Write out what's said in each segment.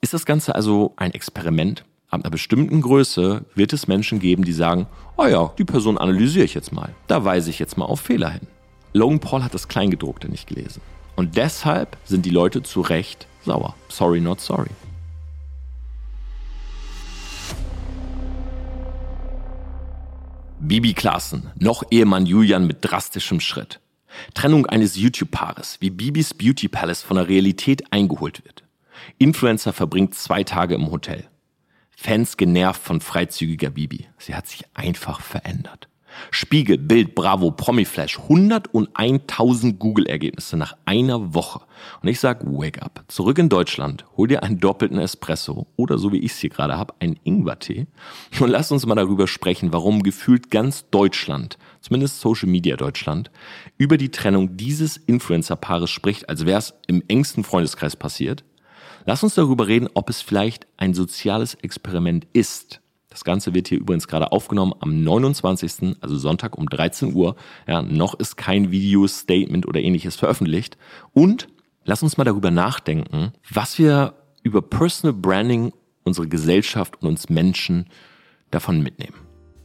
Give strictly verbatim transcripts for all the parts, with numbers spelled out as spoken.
Ist das Ganze also ein Experiment? Ab einer bestimmten Größe wird es Menschen geben, die sagen, oh ja, die Person analysiere ich jetzt mal. Da weise ich jetzt mal auf Fehler hin. Logan Paul hat das Kleingedruckte nicht gelesen. Und deshalb sind die Leute zu Recht sauer. Sorry, not sorry. Bibi Klaassen, noch Ehemann Julian mit drastischem Schritt. Trennung eines YouTube-Paares, wie Bibis Beauty Palace von der Realität eingeholt wird. Influencer verbringt zwei Tage im Hotel. Fans genervt von freizügiger Bibi. Sie hat sich einfach verändert. Spiegel, Bild, Bravo, Promiflash, hundertuneintausend Google-Ergebnisse nach einer Woche. Und ich sag, wake up. Zurück in Deutschland, hol dir einen doppelten Espresso oder so wie ich es hier gerade habe, einen Ingwertee. Und lass uns mal darüber sprechen, warum gefühlt ganz Deutschland, zumindest Social Media Deutschland, über die Trennung dieses Influencer-Paares spricht, als wäre es im engsten Freundeskreis passiert. Lass uns darüber reden, ob es vielleicht ein soziales Experiment ist. Das Ganze wird hier übrigens gerade aufgenommen am neunundzwanzigsten, also Sonntag um dreizehn Uhr. Ja, noch ist kein Video, Statement oder ähnliches veröffentlicht. Und lass uns mal darüber nachdenken, was wir über Personal Branding, unsere Gesellschaft und uns Menschen davon mitnehmen.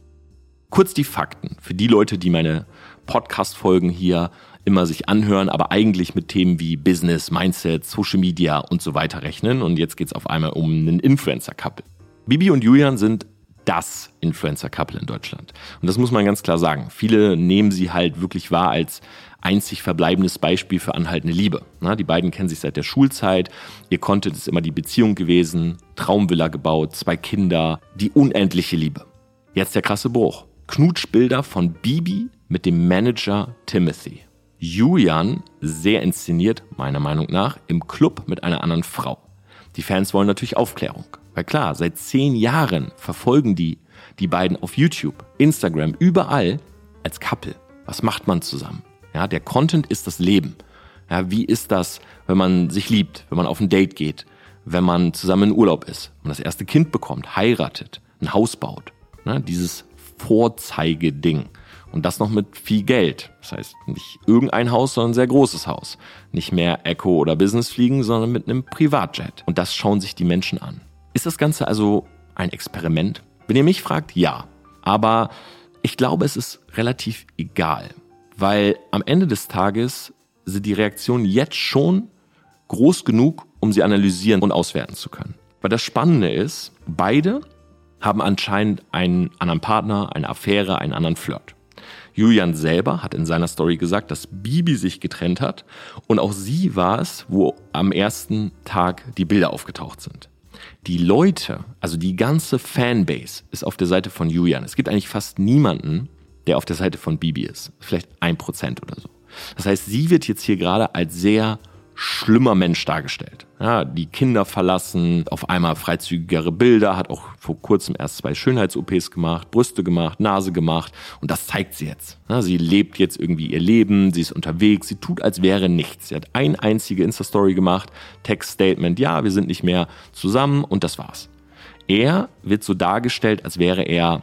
Kurz die Fakten für die Leute, die meine Podcast-Folgen hier immer sich anhören, aber eigentlich mit Themen wie Business, Mindset, Social Media und so weiter rechnen. Und jetzt geht es auf einmal um einen Influencer-Couple. Bibi und Julian sind das Influencer-Couple in Deutschland. Und das muss man ganz klar sagen. Viele nehmen sie halt wirklich wahr als einzig verbleibendes Beispiel für anhaltende Liebe. Na, die beiden kennen sich seit der Schulzeit. Ihr Content ist immer die Beziehung gewesen, Traumvilla gebaut, zwei Kinder, die unendliche Liebe. Jetzt der krasse Bruch. Knutschbilder von Bibi mit dem Manager Timothy. Julian, sehr inszeniert, meiner Meinung nach, im Club mit einer anderen Frau. Die Fans wollen natürlich Aufklärung. Weil klar, seit zehn Jahren verfolgen die die beiden auf YouTube, Instagram, überall als Couple. Was macht man zusammen? Ja, der Content ist das Leben. Ja, wie ist das, wenn man sich liebt, wenn man auf ein Date geht, wenn man zusammen in Urlaub ist, wenn man das erste Kind bekommt, heiratet, ein Haus baut. Ja, dieses Vorzeigeding. Und das noch mit viel Geld. Das heißt, nicht irgendein Haus, sondern ein sehr großes Haus. Nicht mehr Echo oder Business fliegen, sondern mit einem Privatjet. Und das schauen sich die Menschen an. Ist das Ganze also ein Experiment? Wenn ihr mich fragt, ja. Aber ich glaube, es ist relativ egal. Weil am Ende des Tages sind die Reaktionen jetzt schon groß genug, um sie analysieren und auswerten zu können. Weil das Spannende ist, beide haben anscheinend einen anderen Partner, eine Affäre, einen anderen Flirt. Julian selber hat in seiner Story gesagt, dass Bibi sich getrennt hat und auch sie war es, wo am ersten Tag die Bilder aufgetaucht sind. Die Leute, also die ganze Fanbase ist auf der Seite von Julian. Es gibt eigentlich fast niemanden, der auf der Seite von Bibi ist. Vielleicht ein Prozent oder so. Das heißt, sie wird jetzt hier gerade als sehr schlimmer Mensch dargestellt. Ja, die Kinder verlassen, auf einmal freizügigere Bilder, hat auch vor kurzem erst zwei Schönheits-O Ps gemacht, Brüste gemacht, Nase gemacht und das zeigt sie jetzt. Ja, sie lebt jetzt irgendwie ihr Leben, sie ist unterwegs, sie tut, als wäre nichts. Sie hat eine einzige Insta-Story gemacht, Text-Statement, ja, wir sind nicht mehr zusammen und das war's. Er wird so dargestellt, als wäre er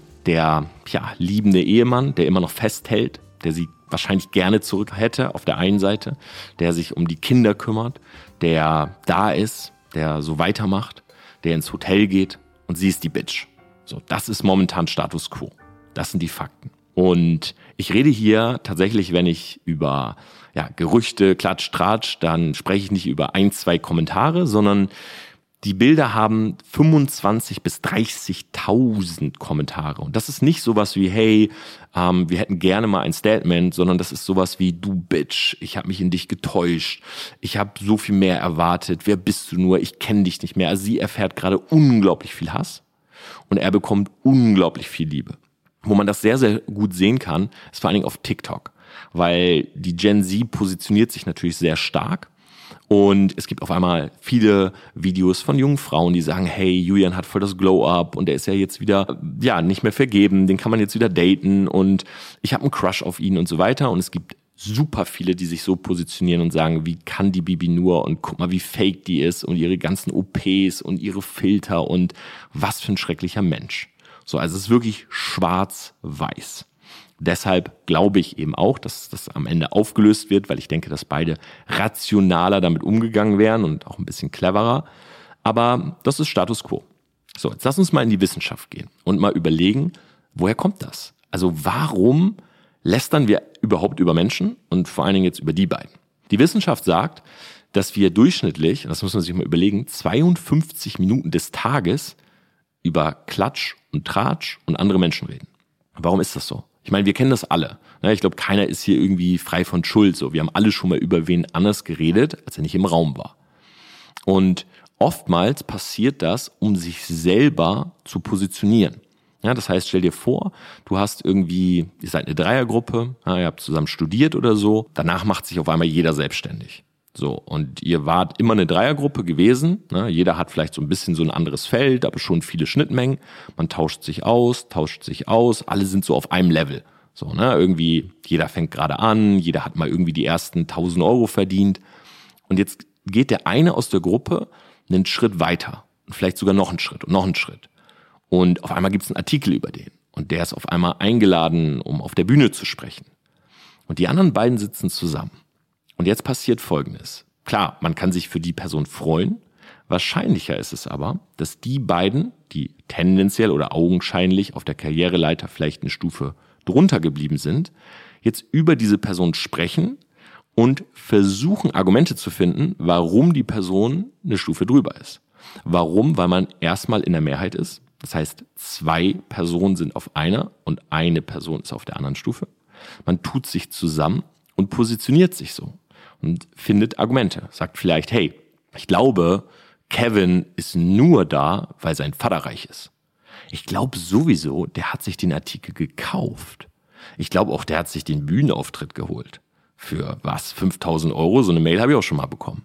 der ja, liebende Ehemann, der immer noch festhält, der sie wahrscheinlich gerne zurück hätte auf der einen Seite, der sich um die Kinder kümmert, der da ist, der so weitermacht, der ins Hotel geht und sie ist die Bitch. So, das ist momentan Status Quo. Das sind die Fakten. Und ich rede hier tatsächlich, wenn ich über ja, Gerüchte, Klatsch, Tratsch, dann spreche ich nicht über ein, zwei Kommentare, sondern die Bilder haben fünfundzwanzigtausend bis dreißigtausend Kommentare. Und das ist nicht sowas wie, hey, ähm, wir hätten gerne mal ein Statement, sondern das ist sowas wie, du Bitch, ich habe mich in dich getäuscht, ich habe so viel mehr erwartet, wer bist du nur, ich kenne dich nicht mehr. Also sie erfährt gerade unglaublich viel Hass und er bekommt unglaublich viel Liebe. Wo man das sehr, sehr gut sehen kann, ist vor allen Dingen auf TikTok, weil die Gen Z positioniert sich natürlich sehr stark. Und es gibt auf einmal viele Videos von jungen Frauen, die sagen, hey, Julian hat voll das Glow-Up und er ist ja jetzt wieder, ja, nicht mehr vergeben, den kann man jetzt wieder daten und ich habe einen Crush auf ihn und so weiter. Und es gibt super viele, die sich so positionieren und sagen, wie kann die Bibi nur und guck mal, wie fake die ist und ihre ganzen O Ps und ihre Filter und was für ein schrecklicher Mensch. So, also es ist wirklich schwarz-weiß. Deshalb glaube ich eben auch, dass das am Ende aufgelöst wird, weil ich denke, dass beide rationaler damit umgegangen wären und auch ein bisschen cleverer. Aber das ist Status quo. So, jetzt lass uns mal in die Wissenschaft gehen und mal überlegen, woher kommt das? Also warum lästern wir überhaupt über Menschen und vor allen Dingen jetzt über die beiden? Die Wissenschaft sagt, dass wir durchschnittlich, das muss man sich mal überlegen, zweiundfünfzig Minuten des Tages über Klatsch und Tratsch und andere Menschen reden. Warum ist das so? Ich meine, wir kennen das alle. Ich glaube, keiner ist hier irgendwie frei von Schuld. So, wir haben alle schon mal über wen anders geredet, als er nicht im Raum war. Und oftmals passiert das, um sich selber zu positionieren. Ja, das heißt, stell dir vor, du hast irgendwie, ihr seid eine Dreiergruppe, ja, ihr habt zusammen studiert oder so, danach macht sich auf einmal jeder selbstständig. So, und ihr wart immer eine Dreiergruppe gewesen, ne? Jeder hat vielleicht so ein bisschen so ein anderes Feld, aber schon viele Schnittmengen. Man tauscht sich aus, tauscht sich aus, alle sind so auf einem Level. So, ne? Irgendwie, jeder fängt gerade an, jeder hat mal irgendwie die ersten tausend Euro verdient. Und jetzt geht der eine aus der Gruppe einen Schritt weiter und vielleicht sogar noch einen Schritt und noch einen Schritt. Und auf einmal gibt es einen Artikel über den. Und der ist auf einmal eingeladen, um auf der Bühne zu sprechen. Und die anderen beiden sitzen zusammen. Und jetzt passiert Folgendes. Klar, man kann sich für die Person freuen. Wahrscheinlicher ist es aber, dass die beiden, die tendenziell oder augenscheinlich auf der Karriereleiter vielleicht eine Stufe drunter geblieben sind, jetzt über diese Person sprechen und versuchen, Argumente zu finden, warum die Person eine Stufe drüber ist. Warum? Weil man erstmal in der Mehrheit ist. Das heißt, zwei Personen sind auf einer und eine Person ist auf der anderen Stufe. Man tut sich zusammen und positioniert sich so und findet Argumente. Sagt vielleicht, hey, ich glaube, Kevin ist nur da, weil sein Vater reich ist. Ich glaube sowieso, der hat sich den Artikel gekauft. Ich glaube auch, der hat sich den Bühnenauftritt geholt. Für was? fünftausend Euro? So eine Mail habe ich auch schon mal bekommen.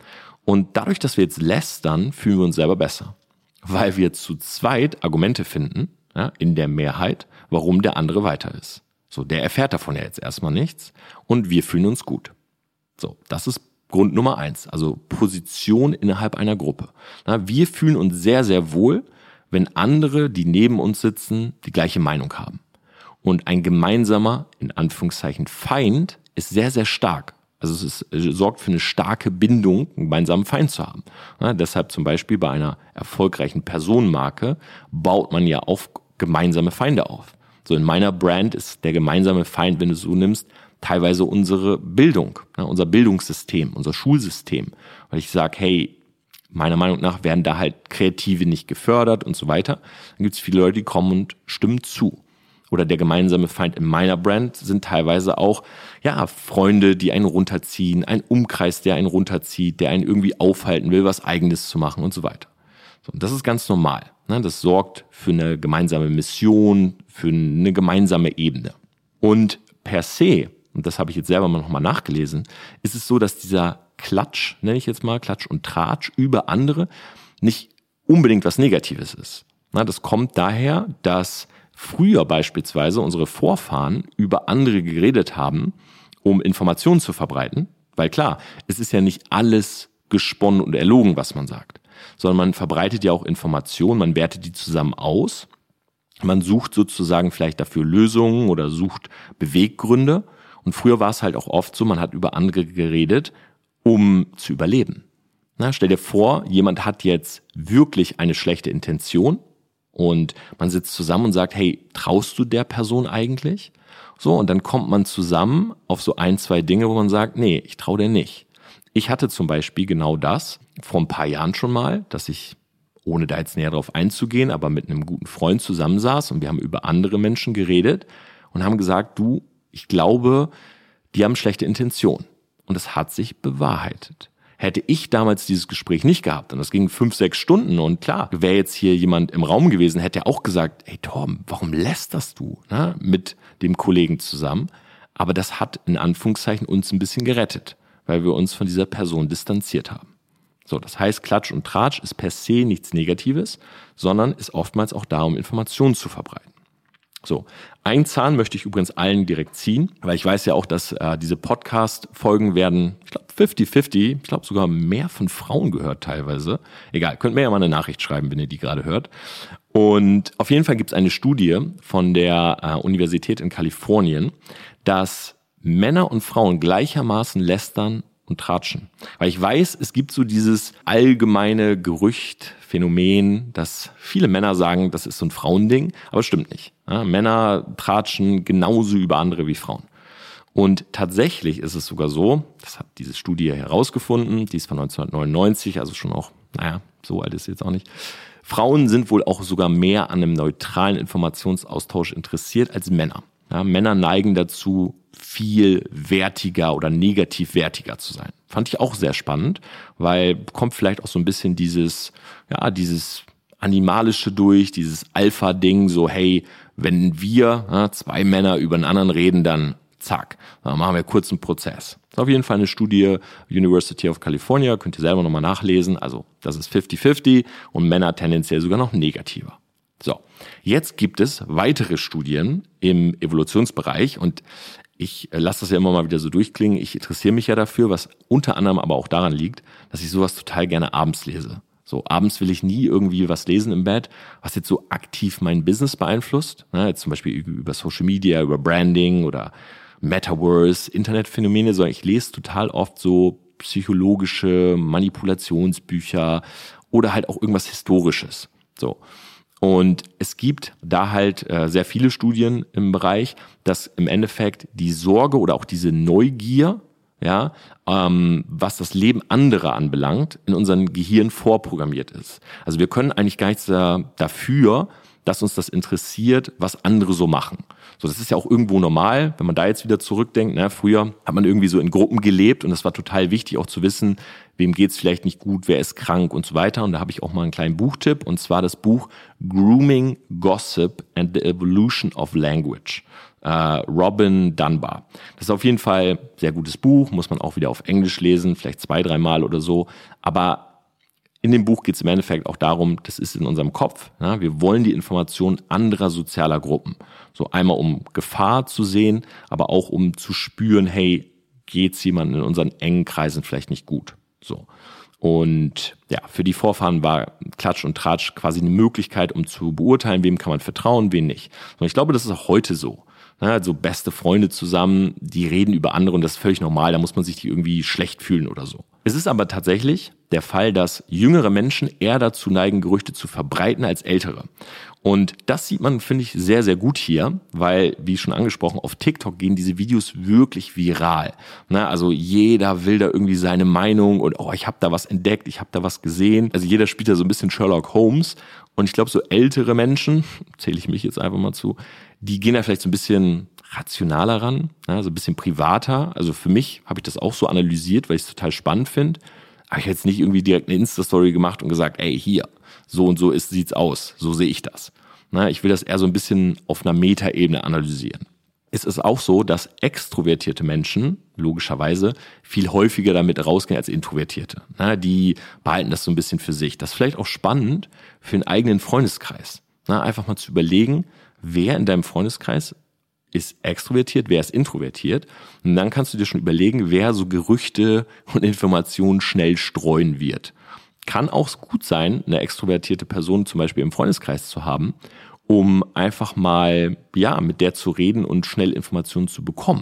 Und dadurch, dass wir jetzt lästern, fühlen wir uns selber besser. Weil wir zu zweit Argumente finden, ja, in der Mehrheit, warum der andere weiter ist. So, der erfährt davon ja jetzt erstmal nichts und wir fühlen uns gut. So, das ist Grund Nummer eins, also Position innerhalb einer Gruppe. Na, wir fühlen uns sehr, sehr wohl, wenn andere, die neben uns sitzen, die gleiche Meinung haben. Und ein gemeinsamer, in Anführungszeichen, Feind ist sehr, sehr stark. Also es, ist, es sorgt für eine starke Bindung, einen gemeinsamen Feind zu haben. Ja, deshalb zum Beispiel bei einer erfolgreichen Personenmarke baut man ja auf gemeinsame Feinde auf. So in meiner Brand ist der gemeinsame Feind, wenn du es so nimmst, teilweise unsere Bildung, ja, unser Bildungssystem, unser Schulsystem. Weil ich sage, hey, meiner Meinung nach werden da halt Kreative nicht gefördert und so weiter. Dann gibt es viele Leute, die kommen und stimmen zu. Oder der gemeinsame Feind in meiner Brand sind teilweise auch ja Freunde, die einen runterziehen, ein Umkreis, der einen runterzieht, der einen irgendwie aufhalten will, was Eigenes zu machen und so weiter. So, und das ist ganz normal. Ne? Das sorgt für eine gemeinsame Mission, für eine gemeinsame Ebene. Und per se, und das habe ich jetzt selber mal nochmal nachgelesen, ist es so, dass dieser Klatsch, nenne ich jetzt mal, Klatsch und Tratsch über andere nicht unbedingt was Negatives ist. Na, das kommt daher, dass früher beispielsweise unsere Vorfahren über andere geredet haben, um Informationen zu verbreiten. Weil klar, es ist ja nicht alles gesponnen und erlogen, was man sagt, sondern man verbreitet ja auch Informationen, man wertet die zusammen aus, man sucht sozusagen vielleicht dafür Lösungen oder sucht Beweggründe. Und früher war es halt auch oft so, man hat über andere geredet, um zu überleben. Na, stell dir vor, jemand hat jetzt wirklich eine schlechte Intention, und man sitzt zusammen und sagt, hey, traust du der Person eigentlich? So, und dann kommt man zusammen auf so ein, zwei Dinge, wo man sagt, nee, ich traue der nicht. Ich hatte zum Beispiel genau das vor ein paar Jahren schon mal, dass ich, ohne da jetzt näher drauf einzugehen, aber mit einem guten Freund zusammensaß und wir haben über andere Menschen geredet und haben gesagt, du, ich glaube, die haben schlechte Intention. Und es hat sich bewahrheitet. Hätte ich damals dieses Gespräch nicht gehabt, und das ging fünf, sechs Stunden, und klar, wäre jetzt hier jemand im Raum gewesen, hätte er auch gesagt, hey Torben, warum lästerst du, ne, mit dem Kollegen zusammen? Aber das hat in Anführungszeichen uns ein bisschen gerettet, weil wir uns von dieser Person distanziert haben. So, das heißt, Klatsch und Tratsch ist per se nichts Negatives, sondern ist oftmals auch da, um Informationen zu verbreiten. So, ein Zahn möchte ich übrigens allen direkt ziehen, weil ich weiß ja auch, dass äh, diese Podcast-Folgen werden, ich glaube, fünfzig fünfzig, ich glaube sogar mehr von Frauen gehört teilweise. Egal, könnt mir ja mal eine Nachricht schreiben, wenn ihr die gerade hört. Und auf jeden Fall gibt es eine Studie von der äh, Universität in Kalifornien, dass Männer und Frauen gleichermaßen lästern und Tratschen. Weil ich weiß, es gibt so dieses allgemeine Gerücht, Phänomen, dass viele Männer sagen, das ist so ein Frauending, aber stimmt nicht. Ja, Männer tratschen genauso über andere wie Frauen. Und tatsächlich ist es sogar so, das hat diese Studie herausgefunden, die ist von neunzehnhundertneunundneunzig, also schon auch, naja, so alt ist sie jetzt auch nicht. Frauen sind wohl auch sogar mehr an einem neutralen Informationsaustausch interessiert als Männer. Ja, Männer neigen dazu, viel wertiger oder negativ wertiger zu sein. Fand ich auch sehr spannend, weil kommt vielleicht auch so ein bisschen dieses, ja, dieses Animalische durch, dieses Alpha-Ding, so hey, wenn wir, ja, zwei Männer über einen anderen reden, dann zack, dann machen wir kurz einen Prozess. Das ist auf jeden Fall eine Studie, University of California, könnt ihr selber nochmal nachlesen. Also das ist fünfzig fünfzig und Männer tendenziell sogar noch negativer. So, jetzt gibt es weitere Studien im Evolutionsbereich und ich lasse das ja immer mal wieder so durchklingen. Ich interessiere mich ja dafür, was unter anderem aber auch daran liegt, dass ich sowas total gerne abends lese. So, abends will ich nie irgendwie was lesen im Bett, was jetzt so aktiv mein Business beeinflusst. Ne, jetzt zum Beispiel über Social Media, über Branding oder Metaverse, Internetphänomene, sondern ich lese total oft so psychologische Manipulationsbücher oder halt auch irgendwas Historisches. So. Und es gibt da halt äh, sehr viele Studien im Bereich, dass im Endeffekt die Sorge oder auch diese Neugier, ja, ähm, was das Leben anderer anbelangt, in unserem Gehirn vorprogrammiert ist. Also wir können eigentlich gar nichts da, dafür, dass uns das interessiert, was andere so machen. So, das ist ja auch irgendwo normal, wenn man da jetzt wieder zurückdenkt. Ne, früher hat man irgendwie so in Gruppen gelebt und es war total wichtig auch zu wissen, wem geht's vielleicht nicht gut, wer ist krank und so weiter. Und da habe ich auch mal einen kleinen Buchtipp und zwar das Buch Grooming, Gossip and the Evolution of Language. Äh, Robin Dunbar. Das ist auf jeden Fall ein sehr gutes Buch, muss man auch wieder auf Englisch lesen, vielleicht zwei, dreimal oder so. Aber in dem Buch geht es im Endeffekt auch darum, das ist in unserem Kopf. Ja, wir wollen die Informationen anderer sozialer Gruppen. So einmal um Gefahr zu sehen, aber auch um zu spüren, hey, geht's jemandem in unseren engen Kreisen vielleicht nicht gut. So. Und ja, für die Vorfahren war Klatsch und Tratsch quasi eine Möglichkeit, um zu beurteilen, wem kann man vertrauen, wem nicht. Und ich glaube, das ist auch heute so. Also beste Freunde zusammen, die reden über andere und das ist völlig normal, da muss man sich die irgendwie schlecht fühlen oder so. Es ist aber tatsächlich der Fall, dass jüngere Menschen eher dazu neigen, Gerüchte zu verbreiten als ältere. Und das sieht man, finde ich, sehr, sehr gut hier, weil, wie schon angesprochen, auf TikTok gehen diese Videos wirklich viral. Also jeder will da irgendwie seine Meinung und oh, ich habe da was entdeckt, ich habe da was gesehen. Also jeder spielt da so ein bisschen Sherlock Holmes. Und ich glaube, so ältere Menschen, zähle ich mich jetzt einfach mal zu, die gehen da vielleicht so ein bisschen rationaler ran, ja, so ein bisschen privater. Also für mich habe ich das auch so analysiert, weil ich es total spannend finde. Aber ich habe jetzt nicht irgendwie direkt eine Insta-Story gemacht und gesagt, ey, hier, so und so ist, sieht's aus, so sehe ich das. Na, ich will das eher so ein bisschen auf einer Metaebene analysieren. Es ist auch so, dass extrovertierte Menschen logischerweise viel häufiger damit rausgehen als introvertierte. Na, die behalten das so ein bisschen für sich. Das ist vielleicht auch spannend für einen eigenen Freundeskreis. Na, einfach mal zu überlegen, wer in deinem Freundeskreis ist extrovertiert, wer ist introvertiert. Und dann kannst du dir schon überlegen, wer so Gerüchte und Informationen schnell streuen wird. Kann auch gut sein, eine extrovertierte Person zum Beispiel im Freundeskreis zu haben, um einfach mal ja mit der zu reden und schnell Informationen zu bekommen.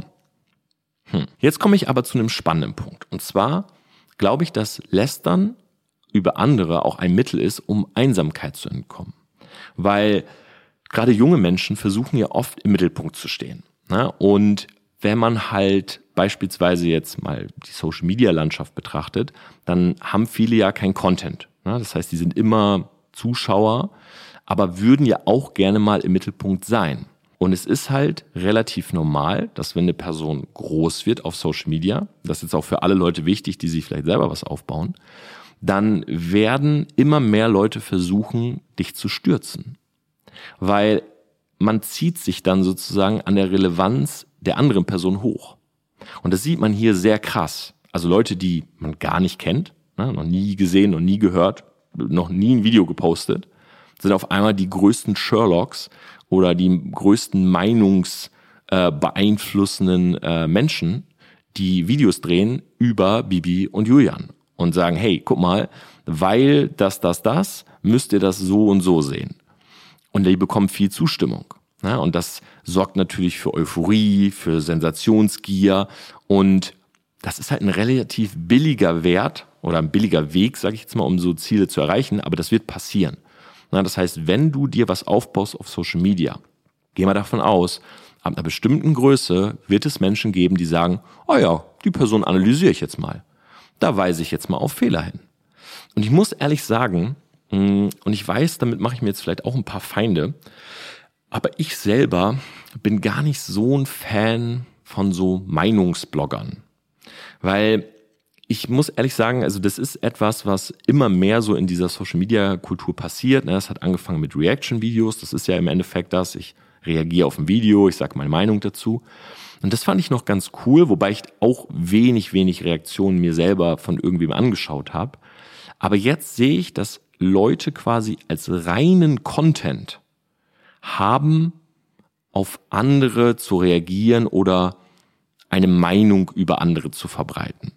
Hm. Jetzt komme ich aber zu einem spannenden Punkt. Und zwar glaube ich, dass Lästern über andere auch ein Mittel ist, um Einsamkeit zu entkommen. Weil gerade junge Menschen versuchen ja oft im Mittelpunkt zu stehen. Ne? Und wenn man halt beispielsweise jetzt mal die Social-Media-Landschaft betrachtet, dann haben viele ja kein Content. Ne? Das heißt, die sind immer Zuschauer, aber würden ja auch gerne mal im Mittelpunkt sein. Und es ist halt relativ normal, dass wenn eine Person groß wird auf Social Media, das ist jetzt auch für alle Leute wichtig, die sich vielleicht selber was aufbauen, dann werden immer mehr Leute versuchen, dich zu stürzen. Weil man zieht sich dann sozusagen an der Relevanz der anderen Person hoch. Und das sieht man hier sehr krass. Also Leute, die man gar nicht kennt, ne, noch nie gesehen, noch nie gehört, noch nie ein Video gepostet, sind auf einmal die größten Sherlocks oder die größten meinungsbeeinflussenden äh, äh, Menschen, die Videos drehen über Bibi und Julian und sagen, hey, guck mal, weil das, das, das, müsst ihr das so und so sehen. Und die bekommen viel Zustimmung. Ja, und das sorgt natürlich für Euphorie, für Sensationsgier. Und das ist halt ein relativ billiger Wert oder ein billiger Weg, sage ich jetzt mal, um so Ziele zu erreichen, aber das wird passieren. Na, das heißt, wenn du dir was aufbaust auf Social Media, geh mal davon aus, ab einer bestimmten Größe wird es Menschen geben, die sagen, oh ja, die Person analysiere ich jetzt mal. Da weise ich jetzt mal auf Fehler hin. Und ich muss ehrlich sagen, und ich weiß, damit mache ich mir jetzt vielleicht auch ein paar Feinde, aber ich selber bin gar nicht so ein Fan von so Meinungsbloggern. Weil ich muss ehrlich sagen, also das ist etwas, was immer mehr so in dieser Social-Media-Kultur passiert. Das hat angefangen mit Reaction-Videos. Das ist ja im Endeffekt das. Ich reagiere auf ein Video, ich sage meine Meinung dazu. Und das fand ich noch ganz cool, wobei ich auch wenig, wenig Reaktionen mir selber von irgendwem angeschaut habe. Aber jetzt sehe ich, dass Leute quasi als reinen Content haben, auf andere zu reagieren oder eine Meinung über andere zu verbreiten.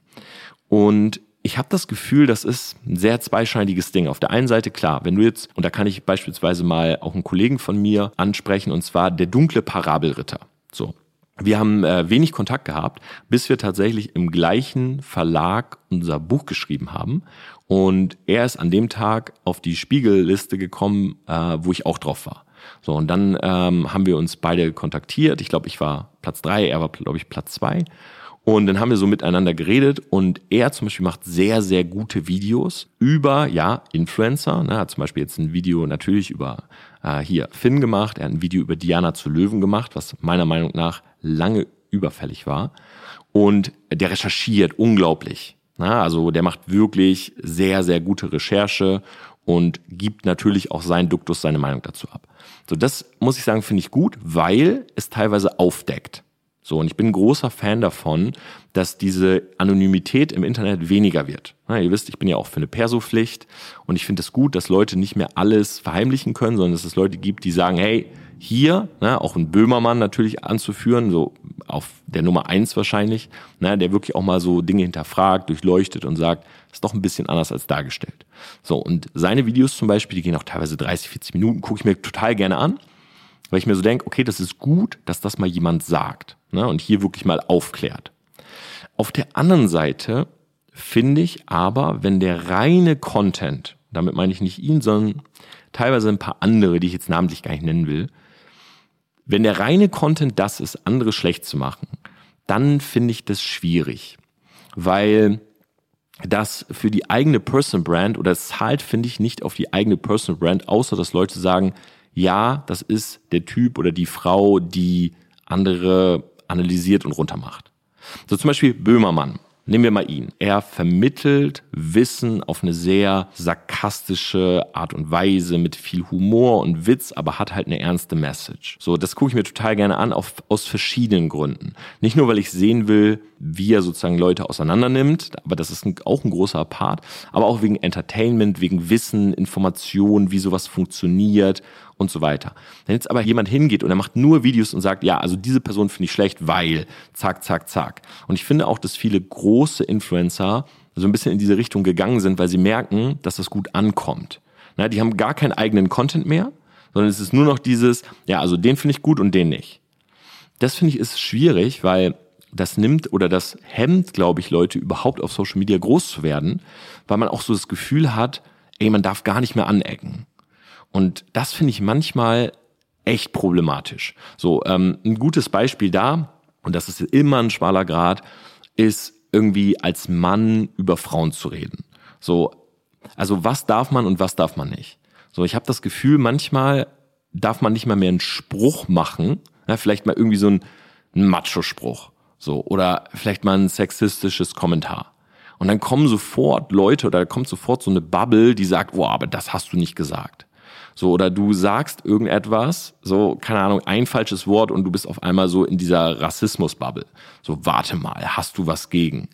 Und ich habe das Gefühl, das ist ein sehr zweischneidiges Ding. Auf der einen Seite, klar, wenn du jetzt, und da kann ich beispielsweise mal auch einen Kollegen von mir ansprechen, und zwar der dunkle Parabelritter. So, wir haben äh, wenig Kontakt gehabt, bis wir tatsächlich im gleichen Verlag unser Buch geschrieben haben. Und er ist an dem Tag auf die Spiegelliste gekommen, äh, wo ich auch drauf war. So, und dann ähm, haben wir uns beide kontaktiert. Ich glaube, ich war Platz drei, er war, glaube ich, Platz zwei. Und dann haben wir so miteinander geredet und er zum Beispiel macht sehr, sehr gute Videos über, ja, Influencer. Er hat zum Beispiel jetzt ein Video natürlich über äh, hier Finn gemacht. Er hat ein Video über Diana zu Löwen gemacht, was meiner Meinung nach lange überfällig war. Und der recherchiert unglaublich. Na, also der macht wirklich sehr, sehr gute Recherche und gibt natürlich auch seinen Duktus, seine Meinung dazu ab. So, das muss ich sagen, finde ich gut, weil es teilweise aufdeckt. So, und ich bin ein großer Fan davon, dass diese Anonymität im Internet weniger wird. Na, ihr wisst, ich bin ja auch für eine Perso-Pflicht und ich finde es gut, dass Leute nicht mehr alles verheimlichen können, sondern dass es Leute gibt, die sagen, hey, hier, ne, auch ein Böhmermann natürlich anzuführen, so auf der Nummer eins wahrscheinlich, ne, der wirklich auch mal so Dinge hinterfragt, durchleuchtet und sagt, ist doch ein bisschen anders als dargestellt. So, und seine Videos zum Beispiel, die gehen auch teilweise dreißig, vierzig Minuten, gucke ich mir total gerne an, weil ich mir so denke, okay, das ist gut, dass das mal jemand sagt, ne, und hier wirklich mal aufklärt. Auf der anderen Seite finde ich aber, wenn der reine Content, damit meine ich nicht ihn, sondern teilweise ein paar andere, die ich jetzt namentlich gar nicht nennen will, wenn der reine Content das ist, andere schlecht zu machen, dann finde ich das schwierig, weil das für die eigene Personal Brand oder es zahlt, finde ich, nicht auf die eigene Personal Brand, außer dass Leute sagen, ja, das ist der Typ oder die Frau, die andere analysiert und runtermacht. So zum Beispiel Böhmermann. Nehmen wir mal ihn. Er vermittelt Wissen auf eine sehr sarkastische Art und Weise mit viel Humor und Witz, aber hat halt eine ernste Message. So, das gucke ich mir total gerne an, auf, aus verschiedenen Gründen. Nicht nur, weil ich sehen will, wie er sozusagen Leute auseinander nimmt, aber das ist ein, auch ein großer Part, aber auch wegen Entertainment, wegen Wissen, Information, wie sowas funktioniert und so weiter. Wenn jetzt aber jemand hingeht und er macht nur Videos und sagt, ja, also diese Person finde ich schlecht, weil, zack, zack, zack. Und ich finde auch, dass viele große Influencer so ein bisschen in diese Richtung gegangen sind, weil sie merken, dass das gut ankommt. Na, die haben gar keinen eigenen Content mehr, sondern es ist nur noch dieses, ja, also den finde ich gut und den nicht. Das finde ich ist schwierig, weil das nimmt oder das hemmt, glaube ich, Leute überhaupt auf Social Media groß zu werden, weil man auch so das Gefühl hat, ey, man darf gar nicht mehr anecken. Und das finde ich manchmal echt problematisch. So, ähm, ein gutes Beispiel da, und das ist immer ein schmaler Grat, ist irgendwie als Mann über Frauen zu reden. So, also was darf man und was darf man nicht? So, ich habe das Gefühl, manchmal darf man nicht mal mehr einen Spruch machen, ja, vielleicht mal irgendwie so ein, ein Macho-Spruch, so, oder vielleicht mal ein sexistisches Kommentar. Und dann kommen sofort Leute oder kommt sofort so eine Bubble, die sagt, boah, aber das hast du nicht gesagt. So, oder du sagst irgendetwas, so, keine Ahnung, ein falsches Wort und du bist auf einmal so in dieser Rassismus-Bubble. So, warte mal, hast du was gegen?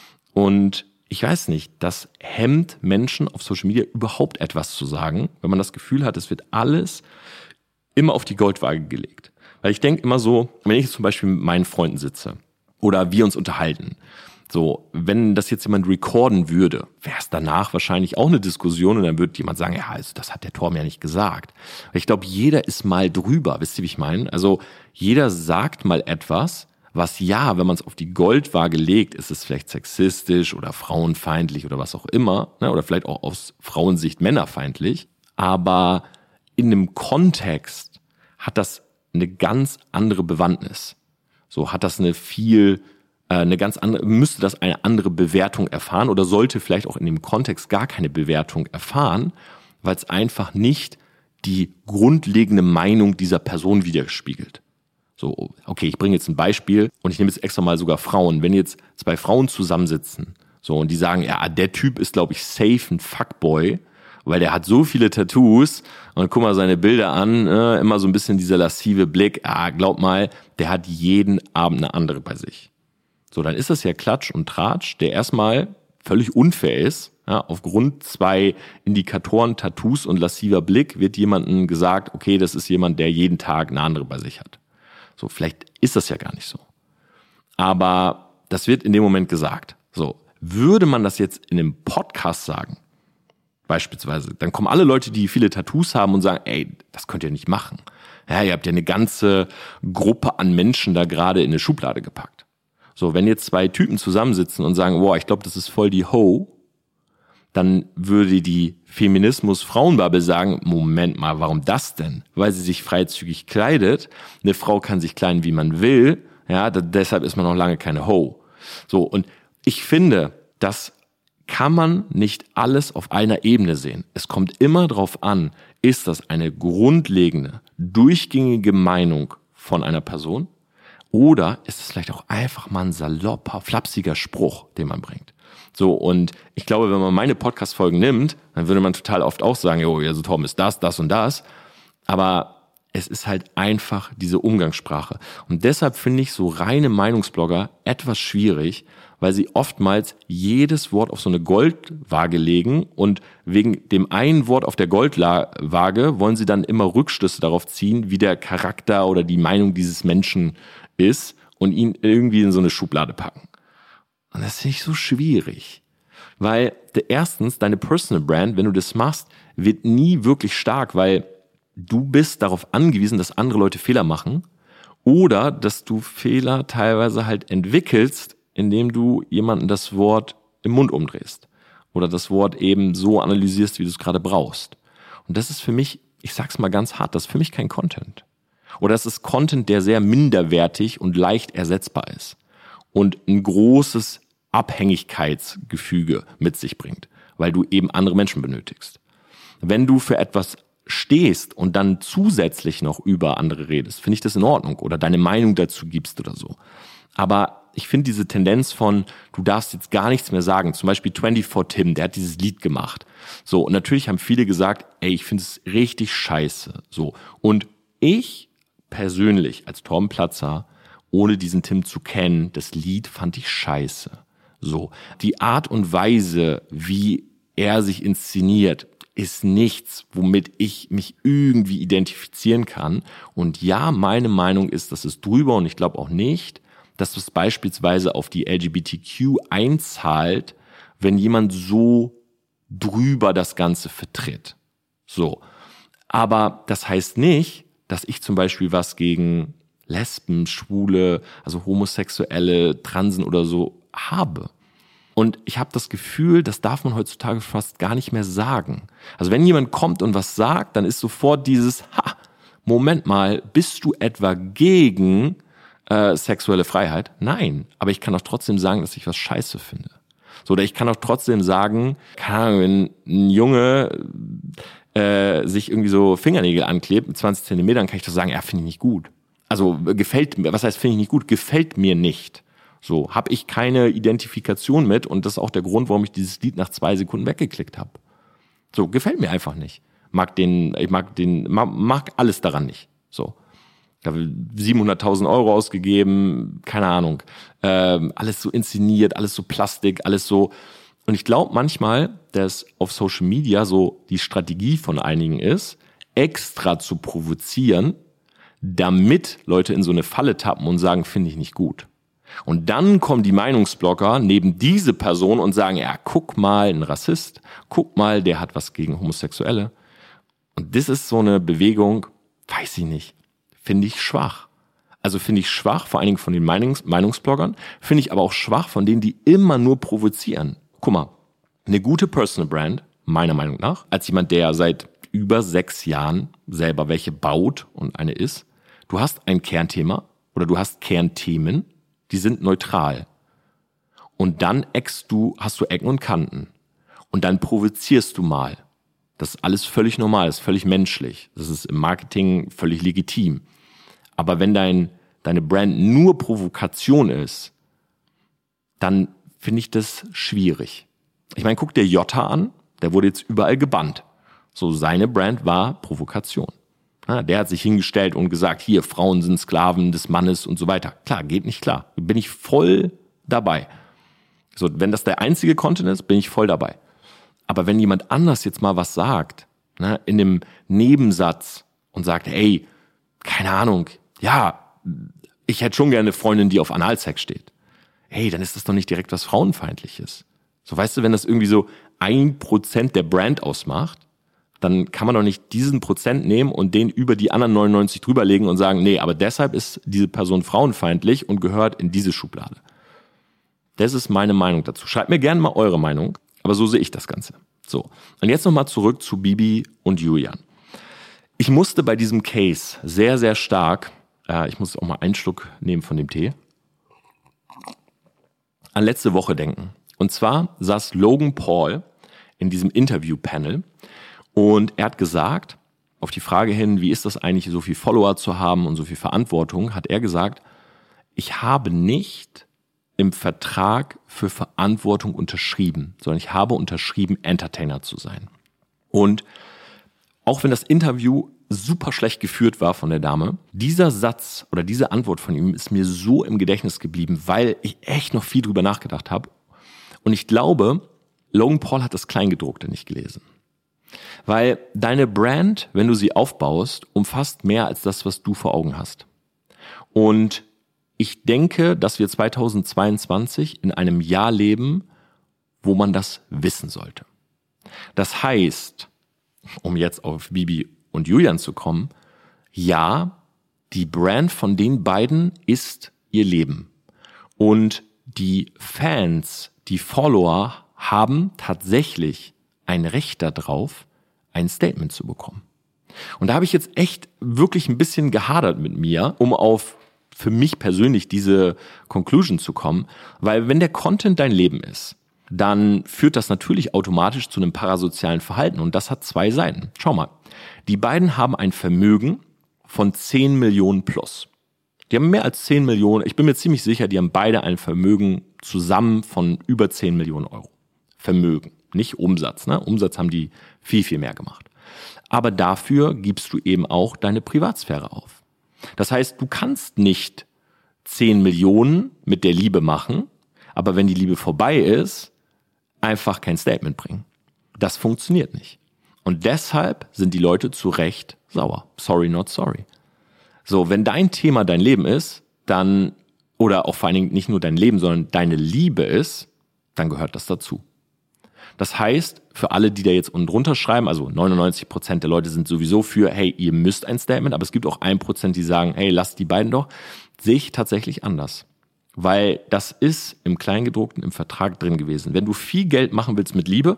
Und ich weiß nicht, das hemmt Menschen auf Social Media überhaupt etwas zu sagen, wenn man das Gefühl hat, es wird alles immer auf die Goldwaage gelegt. Weil ich denke immer so, wenn ich zum Beispiel mit meinen Freunden sitze oder wir uns unterhalten, so, wenn das jetzt jemand recorden würde, wäre es danach wahrscheinlich auch eine Diskussion und dann würde jemand sagen, ja, also das hat der Torben ja nicht gesagt. Ich glaube, jeder ist mal drüber, wisst ihr, wie ich meine? Also jeder sagt mal etwas, was ja, wenn man es auf die Goldwaage legt, ist es vielleicht sexistisch oder frauenfeindlich oder was auch immer, ne? Oder vielleicht auch aus Frauensicht männerfeindlich. Aber in einem Kontext hat das eine ganz andere Bewandtnis. So hat das eine viel, äh, eine ganz andere, müsste das eine andere Bewertung erfahren oder sollte vielleicht auch in dem Kontext gar keine Bewertung erfahren, weil es einfach nicht die grundlegende Meinung dieser Person widerspiegelt. So, okay, ich bringe jetzt ein Beispiel und ich nehme jetzt extra mal sogar Frauen. Wenn jetzt zwei Frauen zusammensitzen, so, und die sagen, ja, der Typ ist, glaube ich, safe ein Fuckboy, weil der hat so viele Tattoos und guck mal seine Bilder an, äh, immer so ein bisschen dieser lascive Blick, ah, glaub mal, der hat jeden Abend eine andere bei sich. So, dann ist das ja Klatsch und Tratsch, der erstmal völlig unfair ist. Ja, aufgrund zwei Indikatoren, Tattoos und lasciver Blick wird jemandem gesagt, okay, das ist jemand, der jeden Tag eine andere bei sich hat. So, vielleicht ist das ja gar nicht so. Aber das wird in dem Moment gesagt. So, würde man das jetzt in einem Podcast sagen, beispielsweise, dann kommen alle Leute, die viele Tattoos haben und sagen, ey, das könnt ihr nicht machen. Ja, ihr habt ja eine ganze Gruppe an Menschen da gerade in eine Schublade gepackt. So, wenn jetzt zwei Typen zusammensitzen und sagen, boah, ich glaube, das ist voll die Ho, dann würde die Feminismus-Frauenbubble sagen, Moment mal, warum das denn? Weil sie sich freizügig kleidet. Eine Frau kann sich kleiden, wie man will. Ja, da, deshalb ist man noch lange keine Ho. So, und ich finde, das kann man nicht alles auf einer Ebene sehen. Es kommt immer drauf an, ist das eine grundlegende, durchgängige Meinung von einer Person oder ist es vielleicht auch einfach mal ein salopper, flapsiger Spruch, den man bringt. So, und ich glaube, wenn man meine Podcast-Folgen nimmt, dann würde man total oft auch sagen, jo, also Tom ist das, das und das. Aber es ist halt einfach diese Umgangssprache. Und deshalb finde ich so reine Meinungsblogger etwas schwierig, weil sie oftmals jedes Wort auf so eine Goldwaage legen und wegen dem einen Wort auf der Goldwaage wollen sie dann immer Rückschlüsse darauf ziehen, wie der Charakter oder die Meinung dieses Menschen ist und ihn irgendwie in so eine Schublade packen. Und das finde ich so schwierig, weil erstens deine Personal Brand, wenn du das machst, wird nie wirklich stark, weil du bist darauf angewiesen, dass andere Leute Fehler machen oder dass du Fehler teilweise halt entwickelst, indem du jemanden das Wort im Mund umdrehst oder das Wort eben so analysierst, wie du es gerade brauchst. Und das ist für mich, ich sag's mal ganz hart, das ist für mich kein Content. Oder das ist Content, der sehr minderwertig und leicht ersetzbar ist und ein großes Abhängigkeitsgefüge mit sich bringt, weil du eben andere Menschen benötigst. Wenn du für etwas stehst und dann zusätzlich noch über andere redest, finde ich das in Ordnung oder deine Meinung dazu gibst oder so. Aber ich finde diese Tendenz von, du darfst jetzt gar nichts mehr sagen, zum Beispiel vierundzwanzig Tim, der hat dieses Lied gemacht. So, und natürlich haben viele gesagt, ey, ich finde es richtig scheiße. So, und ich persönlich als Tom Platzer, ohne diesen Tim zu kennen, das Lied fand ich scheiße. So, die Art und Weise, wie er sich inszeniert, ist nichts, womit ich mich irgendwie identifizieren kann. Und ja, meine Meinung ist, dass es drüber und ich glaube auch nicht, dass es beispielsweise auf die L G B T Q einzahlt, wenn jemand so drüber das Ganze vertritt. So, aber das heißt nicht, dass ich zum Beispiel was gegen Lesben, Schwule, also Homosexuelle, Transen oder so habe. Und ich habe das Gefühl, das darf man heutzutage fast gar nicht mehr sagen. Also wenn jemand kommt und was sagt, dann ist sofort dieses, ha, Moment mal, bist du etwa gegen äh, sexuelle Freiheit? Nein, aber ich kann auch trotzdem sagen, dass ich was scheiße finde. So, oder ich kann auch trotzdem sagen, keine Ahnung, wenn ein Junge äh, sich irgendwie so Fingernägel anklebt mit zwanzig Zentimetern, kann ich doch sagen, ja, finde ich nicht gut. Also gefällt mir, was heißt finde ich nicht gut? Gefällt mir nicht. So, habe ich keine Identifikation mit und das ist auch der Grund, warum ich dieses Lied nach zwei Sekunden weggeklickt habe. So, gefällt mir einfach nicht. Mag den, ich mag den, mag, mag alles daran nicht. So, ich habe siebenhunderttausend Euro ausgegeben, keine Ahnung. Ähm, alles so inszeniert, alles so Plastik, alles so. Und ich glaube manchmal, dass auf Social Media so die Strategie von einigen ist, extra zu provozieren, damit Leute in so eine Falle tappen und sagen, finde ich nicht gut. Und dann kommen die Meinungsblogger neben diese Person und sagen, ja, guck mal, ein Rassist, guck mal, der hat was gegen Homosexuelle. Und das ist so eine Bewegung, weiß ich nicht, finde ich schwach. Also finde ich schwach, vor allen Dingen von den Meinungs- Meinungsbloggern, finde ich aber auch schwach von denen, die immer nur provozieren. Guck mal, eine gute Personal Brand, meiner Meinung nach, als jemand, der seit über sechs Jahren selber welche baut und eine ist, du hast ein Kernthema oder du hast Kernthemen, die sind neutral. Und dann eckst du, hast du Ecken und Kanten. Und dann provozierst du mal. Das ist alles völlig normal, das ist völlig menschlich. Das ist im Marketing völlig legitim. Aber wenn dein, deine Brand nur Provokation ist, dann finde ich das schwierig. Ich meine, guck dir Jota an, der wurde jetzt überall gebannt. So, seine Brand war Provokation. Ja, der hat sich hingestellt und gesagt, hier, Frauen sind Sklaven des Mannes und so weiter. Klar, geht nicht klar. Bin ich voll dabei. So, wenn das der einzige Content ist, bin ich voll dabei. Aber wenn jemand anders jetzt mal was sagt, ne, in einem Nebensatz und sagt, ey, keine Ahnung, ja, ich hätte schon gerne eine Freundin, die auf Analsex steht. Hey, dann ist das doch nicht direkt was Frauenfeindliches. So, weißt du, wenn das irgendwie so ein Prozent der Brand ausmacht, dann kann man doch nicht diesen Prozent nehmen und den über die anderen neunundneunzig drüberlegen und sagen, nee, aber deshalb ist diese Person frauenfeindlich und gehört in diese Schublade. Das ist meine Meinung dazu. Schreibt mir gerne mal eure Meinung, aber so sehe ich das Ganze. So, und jetzt nochmal zurück zu Bibi und Julian. Ich musste bei diesem Case sehr, sehr stark, äh, ich muss auch mal einen Schluck nehmen von dem Tee, an letzte Woche denken. Und zwar saß Logan Paul in diesem Interview-Panel und er hat gesagt, auf die Frage hin, wie ist das eigentlich, so viel Follower zu haben und so viel Verantwortung, hat er gesagt, ich habe nicht im Vertrag für Verantwortung unterschrieben, sondern ich habe unterschrieben, Entertainer zu sein. Und auch wenn das Interview super schlecht geführt war von der Dame, dieser Satz oder diese Antwort von ihm ist mir so im Gedächtnis geblieben, weil ich echt noch viel drüber nachgedacht habe. Und ich glaube, Logan Paul hat das Kleingedruckte nicht gelesen. Weil deine Brand, wenn du sie aufbaust, umfasst mehr als das, was du vor Augen hast. Und ich denke, dass wir zweitausendzweiundzwanzig in einem Jahr leben, wo man das wissen sollte. Das heißt, um jetzt auf Bibi und Julian zu kommen, ja, die Brand von den beiden ist ihr Leben. Und die Fans, die Follower haben tatsächlich ein Recht darauf, ein Statement zu bekommen. Und da habe ich jetzt echt wirklich ein bisschen gehadert mit mir, um auf für mich persönlich diese Conclusion zu kommen, weil wenn der Content dein Leben ist, dann führt das natürlich automatisch zu einem parasozialen Verhalten und das hat zwei Seiten. Schau mal, die beiden haben ein Vermögen von zehn Millionen plus. Die haben mehr als zehn Millionen, ich bin mir ziemlich sicher, die haben beide ein Vermögen zusammen von über zehn Millionen Euro. Vermögen, nicht Umsatz, ne? Umsatz haben die viel, viel mehr gemacht. Aber dafür gibst du eben auch deine Privatsphäre auf. Das heißt, du kannst nicht zehn Millionen mit der Liebe machen, aber wenn die Liebe vorbei ist, einfach kein Statement bringen. Das funktioniert nicht. Und deshalb sind die Leute zu Recht sauer. Sorry, not sorry. So, wenn dein Thema dein Leben ist, dann, oder auch vor allen Dingen nicht nur dein Leben, sondern deine Liebe ist, dann gehört das dazu. Das heißt, für alle, die da jetzt unten drunter schreiben, also neunundneunzig Prozent der Leute sind sowieso für, hey, ihr müsst ein Statement, aber es gibt auch ein Prozent, die sagen, hey, lasst die beiden doch, sehe ich tatsächlich anders. Weil das ist im Kleingedruckten im Vertrag drin gewesen. Wenn du viel Geld machen willst mit Liebe,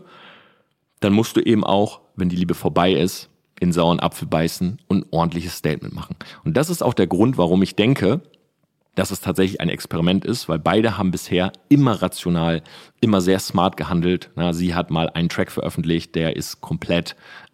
dann musst du eben auch, wenn die Liebe vorbei ist, in sauren Apfel beißen und ein ordentliches Statement machen. Und das ist auch der Grund, warum ich denke, dass es tatsächlich ein Experiment ist, weil beide haben bisher immer rational, immer sehr smart gehandelt. Na, sie hat mal einen Track veröffentlicht, der ist komplett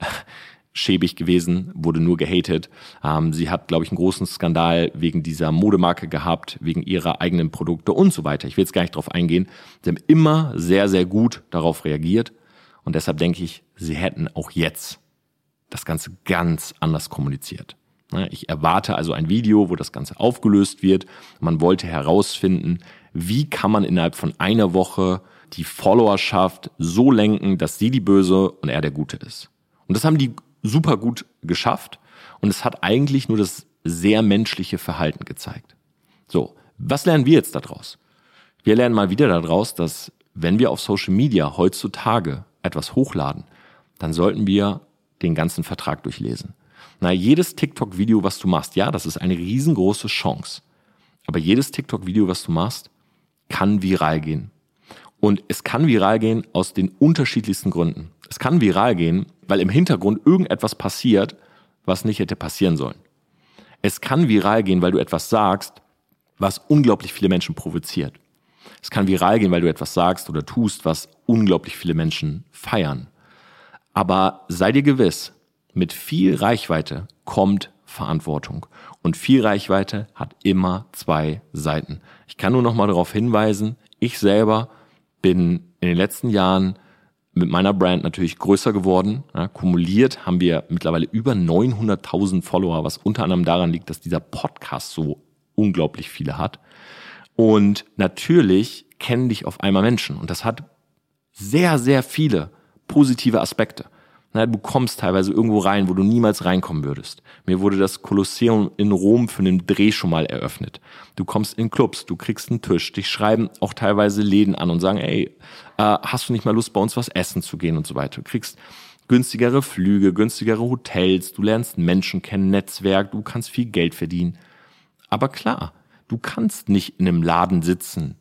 schäbig gewesen, wurde nur gehatet. Ähm, sie hat, glaube ich, einen großen Skandal wegen dieser Modemarke gehabt, wegen ihrer eigenen Produkte und so weiter. Ich will jetzt gar nicht drauf eingehen. Sie haben immer sehr, sehr gut darauf reagiert und deshalb denke ich, sie hätten auch jetzt das Ganze ganz anders kommuniziert. Ich erwarte also ein Video, wo das Ganze aufgelöst wird. Man wollte herausfinden, wie kann man innerhalb von einer Woche die Followerschaft so lenken, dass sie die Böse und er der Gute ist. Und das haben die super gut geschafft und es hat eigentlich nur das sehr menschliche Verhalten gezeigt. So, was lernen wir jetzt daraus? Wir lernen mal wieder daraus, dass wenn wir auf Social Media heutzutage etwas hochladen, dann sollten wir den ganzen Vertrag durchlesen. Na, jedes TikTok-Video, was du machst, ja, das ist eine riesengroße Chance. Aber jedes TikTok-Video, was du machst, kann viral gehen. Und es kann viral gehen aus den unterschiedlichsten Gründen. Es kann viral gehen, weil im Hintergrund irgendetwas passiert, was nicht hätte passieren sollen. Es kann viral gehen, weil du etwas sagst, was unglaublich viele Menschen provoziert. Es kann viral gehen, weil du etwas sagst oder tust, was unglaublich viele Menschen feiern. Aber sei dir gewiss, mit viel Reichweite kommt Verantwortung. Und viel Reichweite hat immer zwei Seiten. Ich kann nur noch mal darauf hinweisen, ich selber bin in den letzten Jahren mit meiner Brand natürlich größer geworden. Ja, kumuliert haben wir mittlerweile über neunhunderttausend Follower, was unter anderem daran liegt, dass dieser Podcast so unglaublich viele hat. Und natürlich kennen dich auf einmal Menschen. Und das hat sehr, sehr viele positive Aspekte. Du kommst teilweise irgendwo rein, wo du niemals reinkommen würdest. Mir wurde das Kolosseum in Rom für einen Dreh schon mal eröffnet. Du kommst in Clubs, du kriegst einen Tisch, dich schreiben auch teilweise Läden an und sagen, ey, äh, hast du nicht mal Lust, bei uns was essen zu gehen und so weiter. Du kriegst günstigere Flüge, günstigere Hotels, du lernst Menschen kennen, Netzwerk, du kannst viel Geld verdienen. Aber klar, du kannst nicht in einem Laden sitzen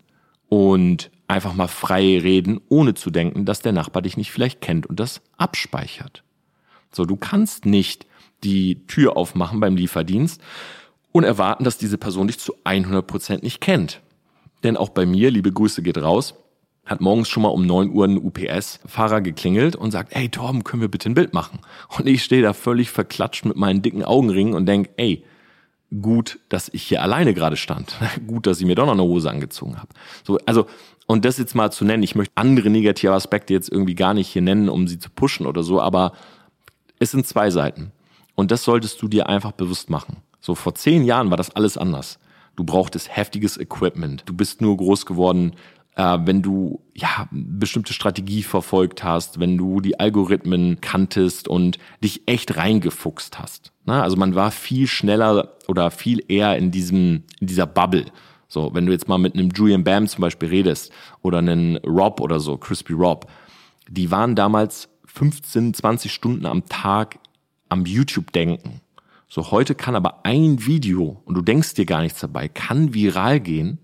und einfach mal frei reden, ohne zu denken, dass der Nachbar dich nicht vielleicht kennt und das abspeichert. So, du kannst nicht die Tür aufmachen beim Lieferdienst und erwarten, dass diese Person dich zu hundert Prozent nicht kennt. Denn auch bei mir, liebe Grüße geht raus, hat morgens schon mal um neun Uhr ein U P S-Fahrer geklingelt und sagt, ey Torben, können wir bitte ein Bild machen? Und ich stehe da völlig verklatscht mit meinen dicken Augenringen und denke, ey, gut, dass ich hier alleine gerade stand. Gut, dass ich mir doch noch eine Hose angezogen habe. So, also, und das jetzt mal zu nennen, ich möchte andere negative Aspekte jetzt irgendwie gar nicht hier nennen, um sie zu pushen oder so, aber es sind zwei Seiten. Und das solltest du dir einfach bewusst machen. So, vor zehn Jahren war das alles anders. Du brauchtest heftiges Equipment. Du bist nur groß geworden, äh, wenn du ja bestimmte Strategie verfolgt hast, wenn du die Algorithmen kanntest und dich echt reingefuchst hast. Na, also man war viel schneller oder viel eher in diesem in dieser Bubble. So, wenn du jetzt mal mit einem Julian Bam zum Beispiel redest oder einen Rob oder so, Crispy Rob, die waren damals fünfzehn, zwanzig Stunden am Tag am YouTube denken. So, heute kann aber ein Video, und du denkst dir gar nichts dabei, kann viral gehen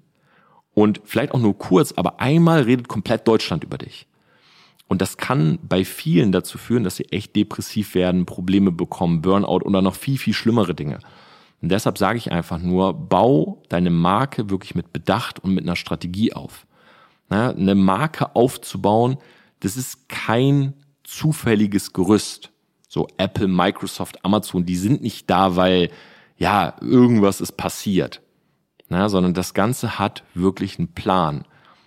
und vielleicht auch nur kurz, aber einmal redet komplett Deutschland über dich. Und das kann bei vielen dazu führen, dass sie echt depressiv werden, Probleme bekommen, Burnout oder noch viel, viel schlimmere Dinge. Und deshalb sage ich einfach nur, bau deine Marke wirklich mit Bedacht und mit einer Strategie auf. Ja, eine Marke aufzubauen, das ist kein zufälliges Gerüst. So Apple, Microsoft, Amazon, die sind nicht da, weil ja irgendwas ist passiert. Ja, sondern das Ganze hat wirklich einen Plan.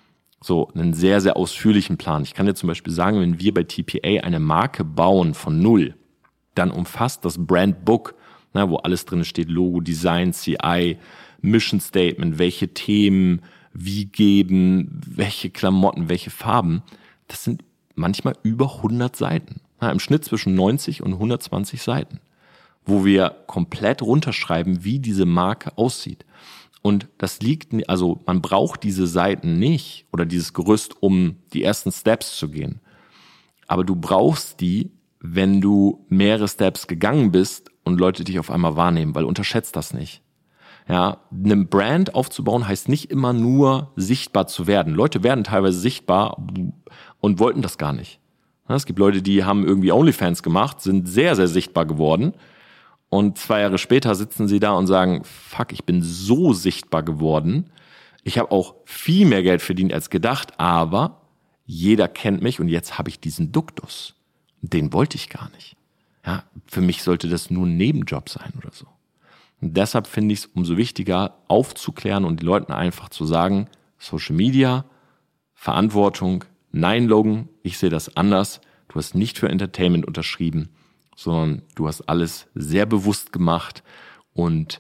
So einen sehr, sehr ausführlichen Plan. Ich kann dir zum Beispiel sagen, wenn wir bei T P A eine Marke bauen von null, dann umfasst das Brandbook, na, wo alles drin steht, Logo, Design, C I, Mission Statement, welche Themen, wie geben, welche Klamotten, welche Farben. Das sind manchmal über hundert Seiten. Na, im Schnitt zwischen neunzig und hundertzwanzig Seiten, wo wir komplett runterschreiben, wie diese Marke aussieht. Und das liegt, also man braucht diese Seiten nicht oder dieses Gerüst, um die ersten Steps zu gehen. Aber du brauchst die, wenn du mehrere Steps gegangen bist und Leute dich auf einmal wahrnehmen, weil unterschätzt das nicht. Ja, eine Brand aufzubauen heißt nicht immer nur sichtbar zu werden. Leute werden teilweise sichtbar und wollten das gar nicht. Es gibt Leute, die haben irgendwie OnlyFans gemacht, sind sehr, sehr sichtbar geworden. Und zwei Jahre später sitzen sie da und sagen, fuck, ich bin so sichtbar geworden. Ich habe auch viel mehr Geld verdient als gedacht, aber jeder kennt mich und jetzt habe ich diesen Duktus. Den wollte ich gar nicht. Ja, für mich sollte das nur ein Nebenjob sein oder so. Und deshalb finde ich es umso wichtiger, aufzuklären und den Leuten einfach zu sagen, Social Media, Verantwortung, nein, Logan, ich sehe das anders. Du hast nicht für Entertainment unterschrieben, sondern du hast alles sehr bewusst gemacht und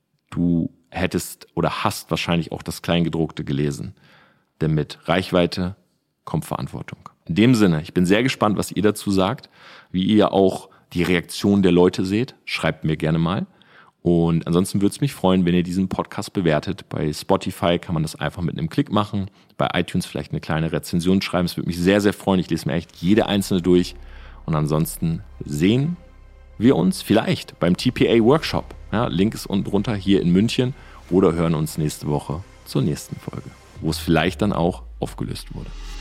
du hättest oder hast wahrscheinlich auch das Kleingedruckte gelesen. Denn mit Reichweite kommt Verantwortung. In dem Sinne, ich bin sehr gespannt, was ihr dazu sagt, wie ihr auch die Reaktion der Leute seht. Schreibt mir gerne mal. Und ansonsten würde es mich freuen, wenn ihr diesen Podcast bewertet. Bei Spotify kann man das einfach mit einem Klick machen. Bei iTunes vielleicht eine kleine Rezension schreiben. Es würde mich sehr, sehr freuen. Ich lese mir echt jede einzelne durch. Und ansonsten sehen wir uns vielleicht beim T P A Workshop. Ja, Link ist unten drunter hier in München. oder hören uns nächste Woche zur nächsten Folge, wo es vielleicht dann auch aufgelöst wurde.